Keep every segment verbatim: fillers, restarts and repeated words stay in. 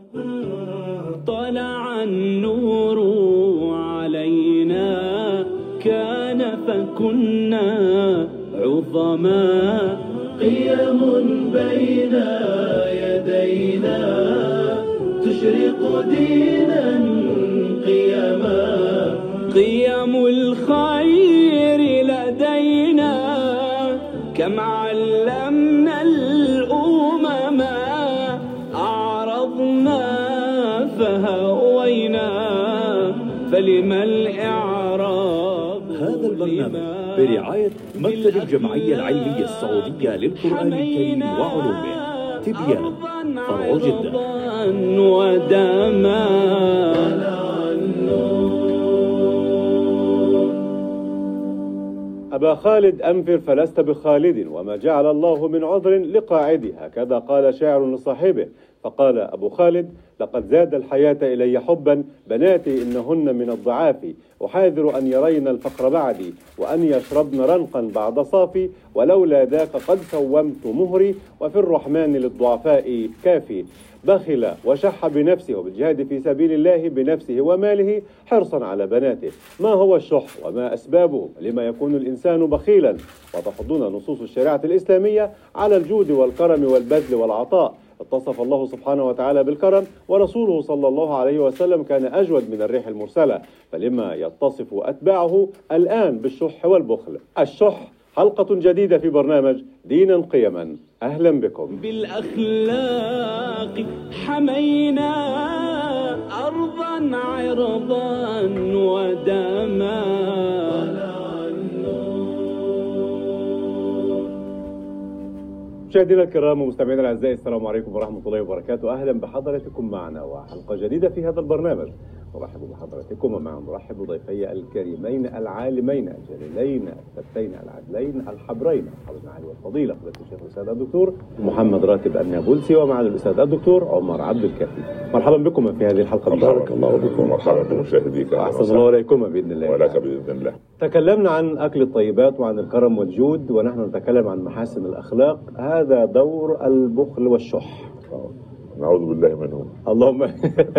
طلع النور علينا كان فكنا عظما قيم بين يدينا تشرق دينا قيما قيم الخير لدينا كم علمنا الأمم أعرضنا فهوينا فلما الإعراب. هذا البرنامج برعاية مكتب الجمعية العلمية السعودية للقرآن الكريم وعلومه تبيان فرع جدة. ودما أبا خالد أنفر فلست بخالد وما جعل الله من عذر لقاعد، هكذا قال شاعر لصاحبه. فقال أبو خالد: لقد زاد الحياة إلي حبا بناتي إنهن من الضعاف، أحاذر أن يرين الفقر بعدي وأن يشربن رنقا بعد صافي، ولولا ذاك قد سومت مهري وفي الرحمن للضعفاء كافي. بخل وشح بنفسه وبالجهاد في سبيل الله بنفسه وماله حرصا على بناته. ما هو الشح وما أسبابه؟ لما يكون الإنسان بخيلا؟ وتحضنا نصوص الشريعة الإسلامية على الجود والكرم والبذل والعطاء. اتصف الله سبحانه وتعالى بالكرم، ورسوله صلى الله عليه وسلم كان أجود من الريح المرسلة، فلما يتصف أتباعه الآن بالشح والبخل؟ الشح حلقة جديدة في برنامج دينا قيما. أهلا بكم. بالأخلاق حمينا أرضا عرضا ودما. مشاهدينا الكرام ومستمعينا الاعزاء، السلام عليكم ورحمه الله وبركاته. اهلا بحضراتكم معنا وحلقه جديده في هذا البرنامج. نرحب بحضراتكم ومع نرحب بضيفي الكريمين العالمين الجليلين الثبتين العدلين الحبرين اصحاب المعالي والفضيله فضيله الشيخ الاستاذ الدكتور محمد راتب النابلسي ومعنا الاستاذ الدكتور عمر عبد الكافي. مرحبا بكم في هذه الحلقه. بارك الله بكم ومرحبا بمشاهديك. احسن الله اليكم باذن الله. ولك باذن الله. تكلمنا عن اكل الطيبات وعن الكرم والجود، ونحن نتكلم عن محاسن الاخلاق. هذا دور البخل والشح. نعوذ بالله منهم. اللهم.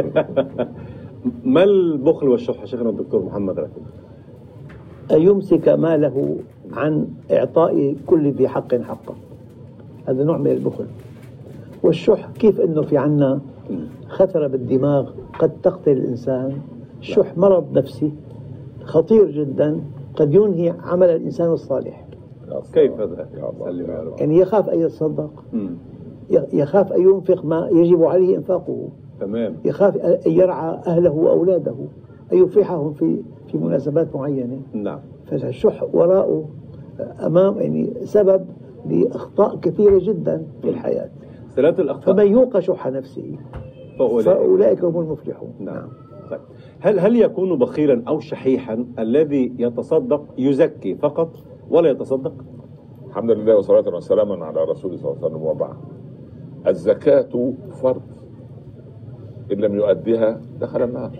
ما البخل والشح شيخنا الدكتور محمد راتب؟ أن يمسك ماله عن إعطاء كل ذي حق حقه، هذا نوع من البخل. والشح كيف أنه في عنا خثرة بالدماغ قد تقتل الإنسان. الشح مرض نفسي خطير جدا قد ينهي عمل الإنسان الصالح. كيف هذا؟ يعني يخاف أن يتصدق، يخاف أن ينفق ما يجب عليه إنفاقه، تمام. يخاف أن يرعى أهله وأولاده، أن يفرحهم في في مناسبات معينة. نعم. فالشح وراءه أمام يعني سبب لأخطاء كثيرة جدا في الحياة. ثلاث الأخطاء. فمن يوق شح نفسه فأولئك, فأولئك هم المفلحون. نعم. نعم. طيب. هل هل يكون بخيلا أو شحيحا الذي يتصدق يزكي فقط ولا يتصدق؟ الحمد لله والصلاة والسلام على رسول الله صلى الله عليه وسلم. وبعد، الزكاة فرض، إن لم يؤديها دخل النار،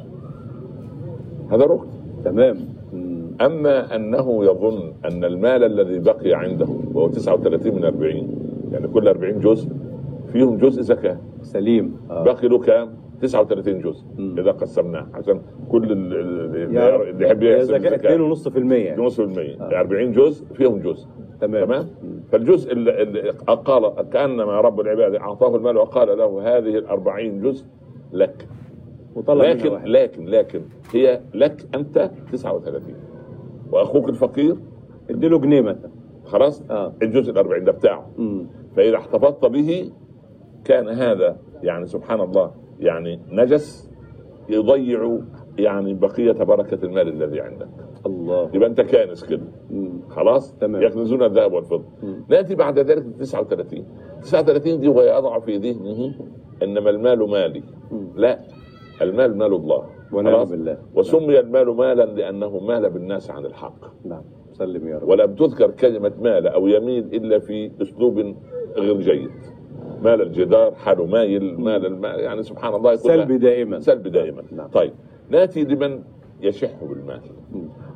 هذا ركن. تمام. أما أنه يظن أن المال الذي بقي عنده وهو تسعة وثلاثين من أربعين، يعني كل أربعين جزء فيهم جزء زكاة سليم، آه. بقي له كام؟ تسعة وثلاثين جزء. مم. إذا قسمناه عشان كل اللي يحب يحسب الزكاة اثنين فاصلة خمسة بالمئة يعني اثنين فاصلة خمسة بالمئة. أربعين جزء فيهم جزء. تمام. تمام. فالجزء اللي, اللي قال كأنما رب العباد أعطاه المال وقال له هذه الأربعين جزء لك، لكن لكن لكن هي لك أنت تسعة وثلاثين، وأخوك الفقير اديله جنيه مثلا، خلاص. آه. الجزء الأربعين ده بتاعه. مم. فإذا احتفظت به كان هذا يعني سبحان الله يعني نجس يضيع يعني بقية بركة المال الذي عندك. الله. يبقى أنت كانس كده. خلاص. تمام. يكنزون الذهب والفضة. نأتي بعد ذلك تسعة وثلاثين. تسعة وثلاثين دي ويضع في ذهنه إنما المال مالي. مم. لا، المال مال الله. ونعم بالله. وسمي المال مالا لأنه مال بالناس عن الحق. نعم. سلم يا رب. ولم تذكر كلمة مال أو يميل إلا في أسلوب غير جيد. مال الجدار حاله مايل، مال المال يعني سبحان الله سلبي دائما. سلبي دائما. نعم. طيب، نأتي لمن يشح بالمال.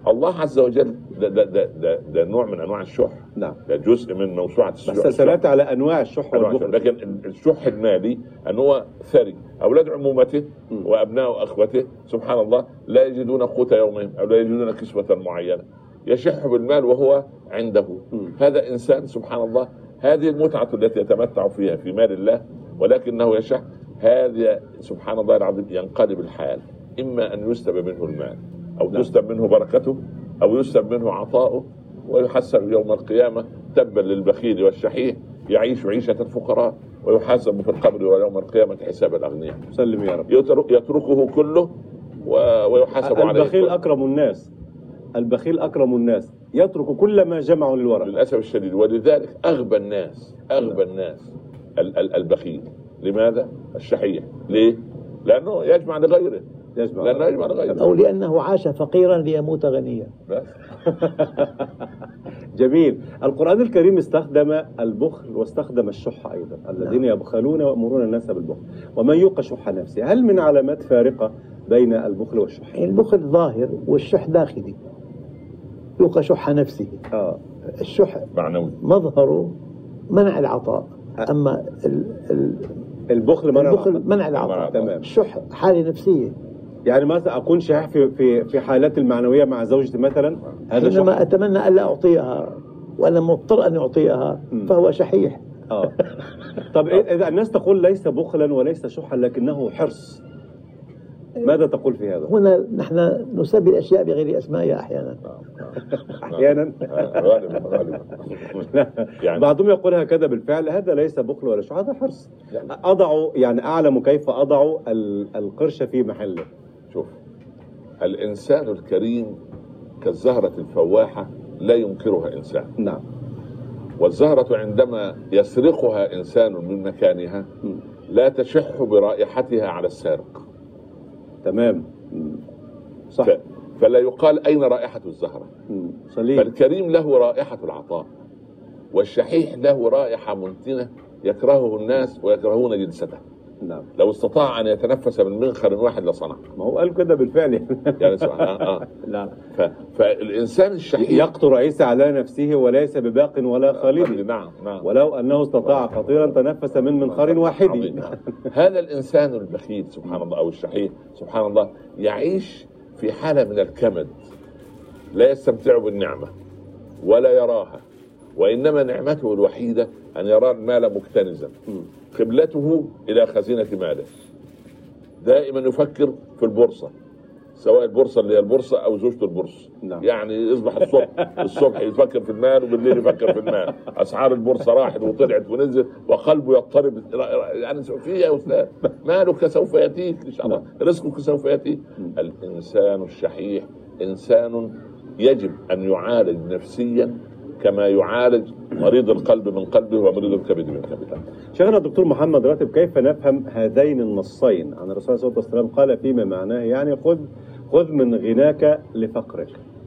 الله عز وجل ده ده ده, ده, ده نوع من انواع الشح. نعم. ده جزء من موسوعه الشح. بس سألت على انواع الشح والبخل. لكن الشح المالي ان هو ثري، اولاد عمومته وابناء اخوته سبحان الله لا يجدون قوت يومهم او لا يجدون كسوة معينه، يشح بالمال وهو عنده. م. هذا انسان سبحان الله، هذه المتعه التي يتمتع فيها في مال الله ولكنه يشح، هذا سبحان الله العظيم ينقلب الحال، اما ان يسلب منه المال او تسلب منه بركته او يسلب منه عطاؤه ويحسب يوم القيامه تبا للبخيل والشحيح يعيش عيشه الفقراء ويحاسب في القبر ويوم القيامه حساب الاغنياء. سلم يا رب. يتركه كله ويحاسب عليه. البخيل اكرم الناس، البخيل اكرم الناس، يترك كل ما جمعوا للورثه للاسف الشديد. ولذلك اغبى الناس اغبى الناس البخيل. لماذا؟ الشحيح. ليه؟ لانه يجمع لغيره، يجمع لانه يجمع لغيره، او لانه عاش فقيرا ليموت غنيا. جميل. القرآن الكريم استخدم البخل واستخدم الشح أيضا، الذين يبخلون ويأمرون الناس بالبخل. ومن يوق شح نفسه، هل من علامات فارقة بين البخل والشح؟ البخل ظاهر والشح داخلي. يوق شح نفسه. آه. الشح معنوي، مظهره منع العطاء. أما ال ال البخل منع البخل العطاء. منع العطاء. تمام. الشح حالة نفسية. يعني مثلا أكون شحيح في في في حالات المعنوية مع زوجتي مثلا، هذا شح. حينما أتمنى ألا أعطيها وأنا مضطر أن أعطيها فهو شحيح. آه. طب إذا الناس تقول ليس بخلا وليس شحا لكنه حرص، ماذا تقول في هذا؟ هنا نحن نسمي الأشياء بغير أسمائها أحيانا. أحيانا غالبا غالبا يعني بعضهم يقول هكذا بالفعل، هذا ليس بخل ولا شح، هذا حرص. أضع يعني أعلم كيف أضع القرش في محله. شوف، الإنسان الكريم كالزهرة الفواحة لا ينكرها إنسان. نعم. والزهرة عندما يسرقها إنسان من مكانها لا تشح برائحتها على السارق. تمام. صح. ف... فلا يقال أين رائحة الزهرة. صليم. فالكريم له رائحة العطاء، والشحيح له رائحة منتنة يكرهه الناس ويكرهون جلسته. نعم. لو استطاع أن يتنفس من منخر واحد لصنع. ما هو قال كده بالفعل يعني سبحان آه آه. لا. ف... فالإنسان الشحيح يقطر عيسى على نفسه وليس بباق ولا خليل. نعم نعم. ولو أنه استطاع قطيرا تنفس من منخر واحد. نعم. هذا الإنسان البخيل سبحان الله أو الشحيح سبحان الله يعيش في حالة من الكمد، لا يستمتع بالنعمة ولا يراها، وإنما نعمته الوحيدة أن يرى المال مكتنزا، قبلته إلى خزينة ماله، دائما يفكر في البورصة، سواء البورصة اللي هي البورصة أو زوجته البورصة. نعم. يعني يصبح الصبح الصبح يفكر في المال وبالليل يفكر في المال، أسعار البورصة راحت وطلعت ونزلت وقلبه يضطرب. يعني في يا أستاذ مالك سوف يأتيك إن شاء الله، رزقك سوف يأتيك. الإنسان الشحيح إنسان يجب أن يعالج نفسيا كما يعالج مريض القلب من قلبه ومريض الكبد من كبده. شيخنا الدكتور محمد راتب، كيف نفهم هذين النصين عن الرسول صلى الله عليه وسلم؟ قال فيما معناه يعني خذ خذ من غناك لفقرك.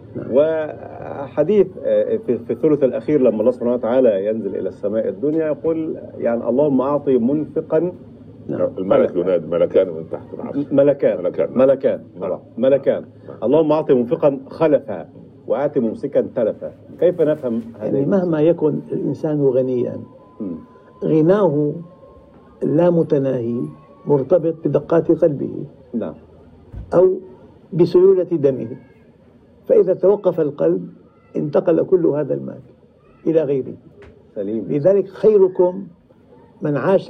وحديث في الثلث الأخير لما الله سبحانه وتعالى ينزل إلى السماء الدنيا يقول يعني اللهم أعطي منفقا. الملك ينادي، ملكان من تحت العرش. ملكان ملكان ملكان, نعم. ملكان. اللهم أعطي منفقا خلفا وآتي ممسكا تلفا. كيف نفهم هذا؟ يعني مهما يكن الإنسان غنيا غناه لا متناهي مرتبط بدقات قلبه. نعم. أو بسيولة دمه، فإذا توقف القلب انتقل كل هذا المال إلى غيره. سليم. لذلك خيركم من عاش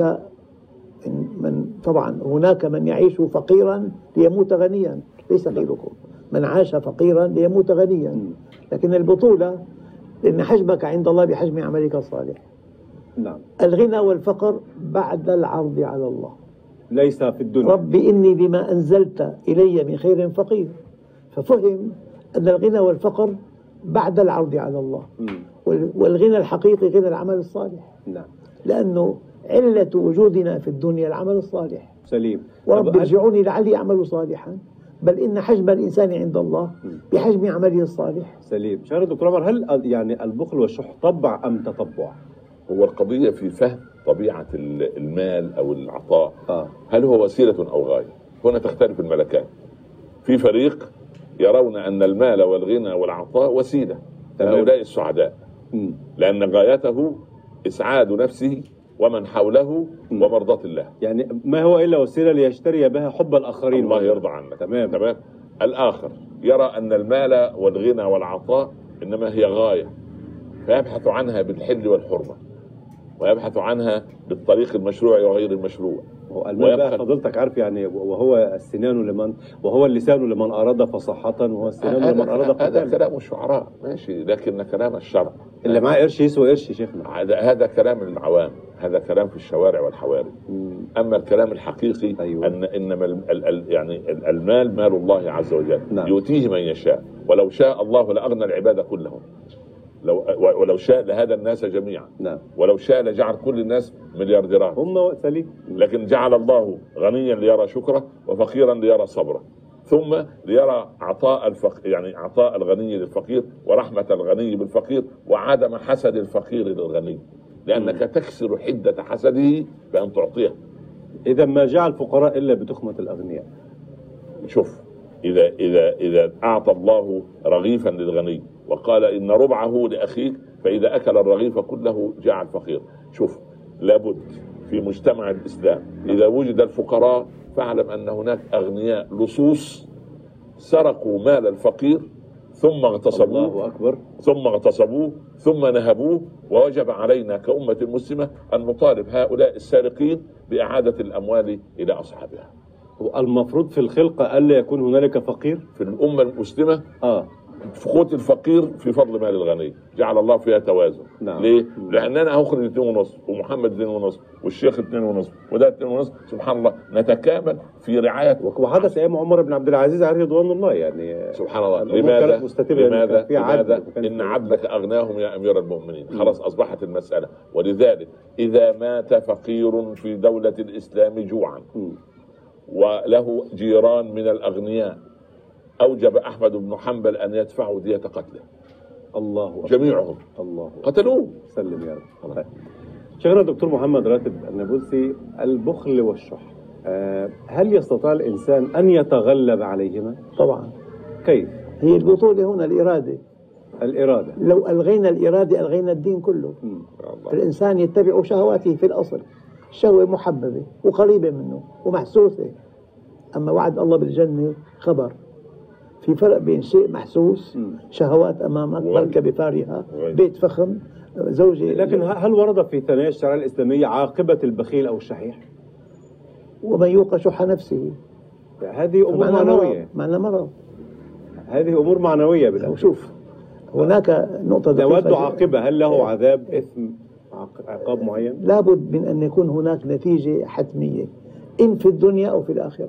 من طبعا هناك من يعيش فقيرا ليموت غنيا، ليس خيركم من عاش فقيرا ليموت غنيا. لكن البطولة لأن حجمك عند الله بحجم عملك الصالح. نعم. الغنى والفقر بعد العرض على الله، ليس في الدنيا. رب إني بما أنزلت إلي من خير فقير. ففهم أن الغنى والفقر بعد العرض على الله. م. والغنى الحقيقي غنى العمل الصالح. نعم. لأنه علة وجودنا في الدنيا العمل الصالح. سليم. ورب ارجعوني لعلي أعمل صالحا، بل إن حجم الإنسان عند الله بحجم عمله الصالح. سليم. شهر دكتور عمر، هل يعني البخل والشح طبع أم تطبع؟ هو القضية في فهم طبيعة المال أو العطاء. آه. هل هو وسيلة أو غاية؟ هنا تختلف الملكات. في فريق يرون أن المال والغنى والعطاء وسيلة لهؤلاء السعداء، لأن غايته إسعاد نفسه ومن حوله ومرضاة الله. يعني ما هو إلا وسيلة ليشتري بها حب الآخرين. الله يرضى عنك. تمام. تمام. الآخر يرى أن المال والغنى والعطاء إنما هي غاية، فيبحث عنها بالحل والحرمة، ويبحث عنها بالطريق المشروع وغير المشروع. المال بقى فضلتك عارف يعني، وهو السنان لمن وهو اللسان لمن أراد فصاحة، وهو السنان لمن أراد قتالا. هذا كلام الشعراء ماشي، لكن كلام الشرع اللي معاه قرش يسوى قرش شيخنا. هذا هذا كلام العوام، هذا كلام في الشوارع والحواري. مم. أما الكلام الحقيقي أيوة. أن إنما ال ال يعني المال مال الله عز وجل. نعم. يؤتيه من يشاء، ولو شاء الله لأغنى العباد كلهم، لو ولو شاء لهذا الناس جميعا. نعم. ولو شاء لجعل كل الناس مليارديرات. هم سليم. لكن جعل الله غنيا ليرى شكره، وفقيرا ليرى صبره، ثم ليرى عطاء الفق... يعني عطاء الغني للفقير، ورحمة الغني بالفقير، وعدم حسد الفقير للغني، لأنك م. تكسر حدة حسده بأن تعطيه. إذا ما جعل الفقراء إلا بتخمة الأغنياء. شوف، إذا إذا إذا أعطى الله رغيفا للغني وقال إن ربعه لأخيك، فإذا أكل الرغيف كله جاع الفقير. شوف، لابد في مجتمع الإسلام إذا وجد الفقراء فاعلم أن هناك أغنياء لصوص سرقوا مال الفقير ثم اغتصبوه. الله أكبر. ثم اغتصبوه ثم نهبوه، ووجب علينا كأمة مسلمة أن نطالب هؤلاء السارقين بإعادة الأموال إلى أصحابها. المفروض في الخلقة ألا يكون هنالك فقير في الأمة المسلمة. آه. قوت الفقير في فضل مال الغني، جعل الله فيها توازن. نعم. ليه؟ لأن أنا هأخذ اثنين ونصف، ومحمد اثنين ونصف، والشيخ اثنين ونصف، وده اثنين ونصف، سبحان الله نتكامل في رعاية. وحدث أيام عمر بن عبد العزيز عليه رضوان الله يعني. سبحان الله. لماذا؟ لماذا؟ لماذا؟ إن عبدك أغناهم يا أمير المؤمنين. خلاص أصبحت المسألة. ولذلك إذا مات فقير في دولة الإسلام جوعا م. وله جيران من الأغنياء، أوجب أحمد بن حنبل أن يدفعوا دية قتله. الله أكبر. جميعهم. الله قتلوه. سلم يا رب. شيخنا الدكتور محمد راتب النابلسي، البخل والشح أه هل يستطيع الإنسان أن يتغلب عليهما؟ طبعا. كيف؟ هي البطولة هنا الإرادة. الإرادة. لو ألغينا الإرادة ألغينا الدين كله. الإنسان يتبع شهواته في الأصل، الشهوة محببة وقريبة منه ومحسوسة. أما وعد الله بالجنة خبر. في فرق بين شيء محسوس، شهوات أمامك، مركبة فارهة، بيت فخم، زوجة. لكن هل ورد في ثنايا الشريعة الإسلامية عاقبة البخيل أو الشحيح؟ ومن يوق شح نفسه. هذه أمور معنوية. معنى مرض. هذه أمور معنوية بالأول. شوف، هناك نقطة نود عاقبة، هل له عذاب إثم عقاب معين؟ لابد من أن يكون هناك نتيجة حتمية، إن في الدنيا أو في الآخرة.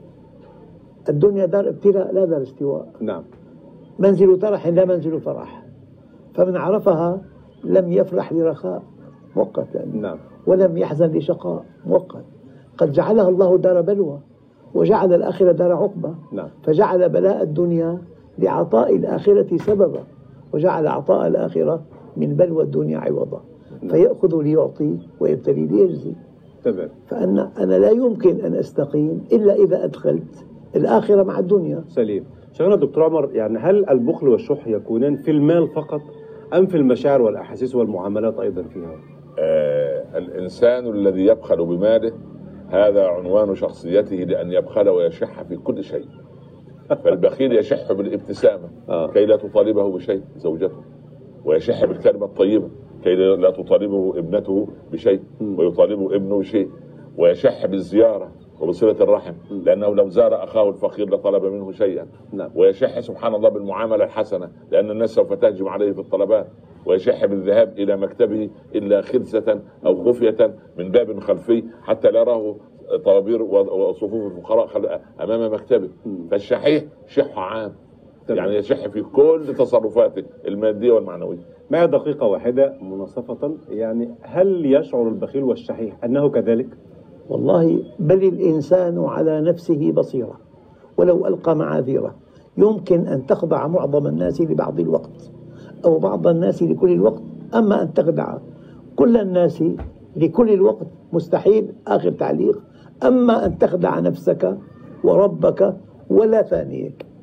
الدنيا دار ابتلاء لا دار استواء. نعم. منزل ترح لا منزل فرح، فمن عرفها لم يفرح لرخاء مؤقتا. نعم. ولم يحزن لشقاء مؤقت. قد جعلها الله دار بلوى، وجعل الآخرة دار عقبة. نعم. فجعل بلاء الدنيا لعطاء الآخرة سببا، وجعل عطاء الآخرة من بلوى الدنيا عوضا. نعم. فيأخذ ليعطي ويبتلي ليجزي. تمام. فأنا أنا لا يمكن أن أستقيم إلا إذا أدخلت الآخرة مع الدنيا. سليم. شيخنا دكتور عمر، يعني هل البخل والشح يكونان في المال فقط أم في المشاعر والأحاسيس والمعاملات أيضا فيها؟ آه الإنسان الذي يبخل بماله هذا عنوان شخصيته، لأن يبخل ويشح في كل شيء. فالبخيل يشح بالابتسامة آه. كي لا تطالبه بشيء زوجته، ويشح بالكلمة الطيبة كي لا تطالبه ابنته بشيء م. ويطالبه ابنه بشيء، ويشح بالزيارة وبصلة الرحم، لأنه لو زار أخاه الفقير لطلب منه شيئا. نعم. ويشح سبحان الله بالمعاملة الحسنة، لأن الناس سوف تهجم عليه في الطلبات. ويشح بالذهاب إلى مكتبه إلا خلسة أو خفية من باب خلفي حتى لا يراه طوابير وصفوف الفقراء أمام مكتبه. فالشحيح شح عام، يعني يشح في كل تصرفاته المادية والمعنوية. معي دقيقة واحدة مناصفة، يعني هل يشعر البخيل والشحيح أنه كذلك؟ والله بل الإنسان على نفسه بصيرة ولو ألقى معاذيره. يمكن أن تخضع معظم الناس لبعض الوقت، أو بعض الناس لكل الوقت. أما أن تخدع كل الناس لكل الوقت مستحيل. آخر تعليق. أما أن تخدع نفسك وربك ولا ثانيك.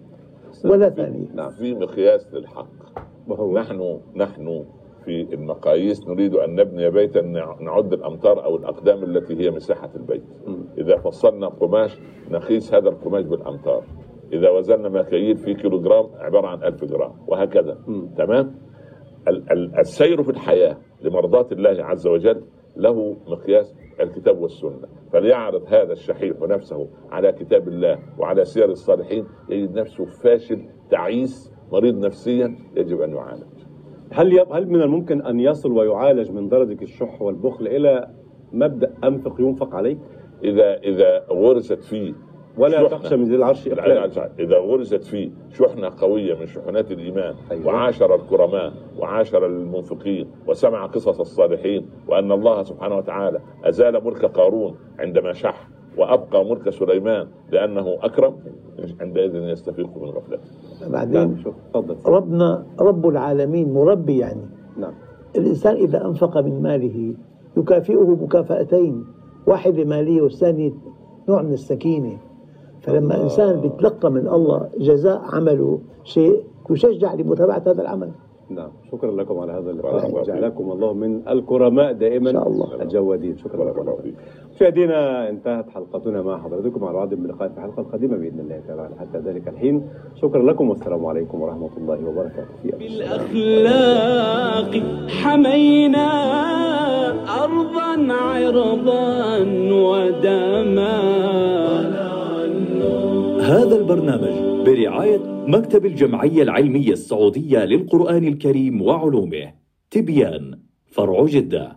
ولا ثانية. نعم. في مقياس للحق، وهو نحن نحن في المقاييس نريد أن نبني بيتا نعد الأمتار أو الأقدام التي هي مساحة البيت. م. إذا فصلنا قماش نقيس هذا القماش بالأمتار، إذا وزننا مكاييل في كيلو جرام عبارة عن ألف جرام، وهكذا. م. تمام. ال- ال- السير في الحياة لمرضاة الله عز وجل له مقياس الكتاب والسنة، فليعرض هذا الشحيح نفسه على كتاب الله وعلى سير الصالحين يجد نفسه فاشل تعيس مريض نفسيا يجب أن يعالج. هل ي... هل من الممكن أن يصل ويعالج من درجة الشح والبخل إلى مبدأ أنفق ينفق عليك؟ إذا إذا غرست فيه ولا تخشى من ذي العرش إقلال. إذا غرست فيه شحنة قوية من شحنات الإيمان، أيوة. وعاشر الكرماء وعاشر المنفقين وسمع قصص الصالحين وأن الله سبحانه وتعالى أزال ملك قارون عندما شح وأبقى ملك سليمان لأنه أكرم، عندئذ يستفيق من غفلته. بعدين شوف تفضل. ربنا رب العالمين مربي، يعني نعم. الإنسان إذا أنفق من ماله يكافئه مكافأتين، واحدة مالية والثانية نوع من السكينة. فلما آه. إنسان بيتلقى من الله جزاء عمله شيء يشجع لمتابعة هذا العمل. نعم. شكرا لكم على هذا اللقاء، وجعلكم الله من الكرماء دائما إن شاء الله. الجوادين. شكرا لكم. مشاهدينا، انتهت حلقتنا مع حضراتكم، على وعد باللقاء في الحلقة القادمة بإذن الله تعالى. حتى ذلك الحين شكرا لكم والسلام عليكم ورحمة الله وبركاته. بالأخلاق حمينا أرضا عرضا ودما. هذا البرنامج برعاية مكتب الجمعية العلمية السعودية للقرآن الكريم وعلومه، تبيان، فرع جدة.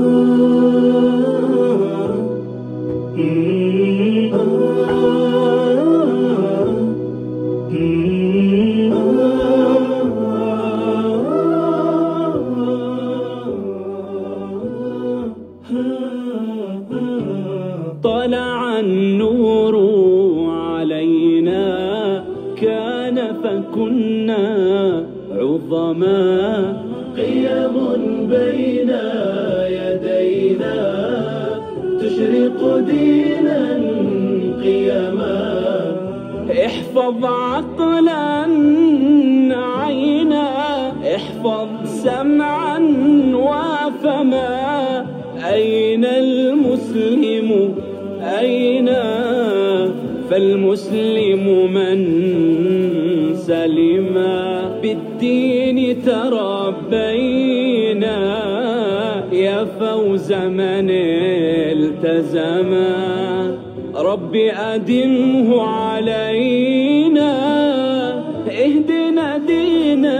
طلع النور علينا كان فكنا عظما، قيم بين يدينا تشرق دينا قيما. احفظ عقلا عينا، احفظ سمعا وفما. أين المسلم أين؟ فالمسلم من سلم بالدين تربينا، يا فوز من التزما. رب أدمه علينا، اهدنا دينا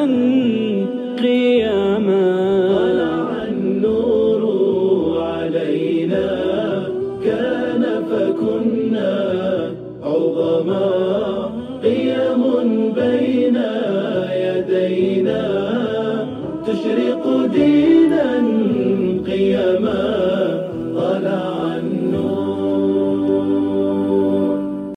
قياما. طلع النور علينا كان فكنا عظما، قيم بين يدينا تشرق دينا قيما.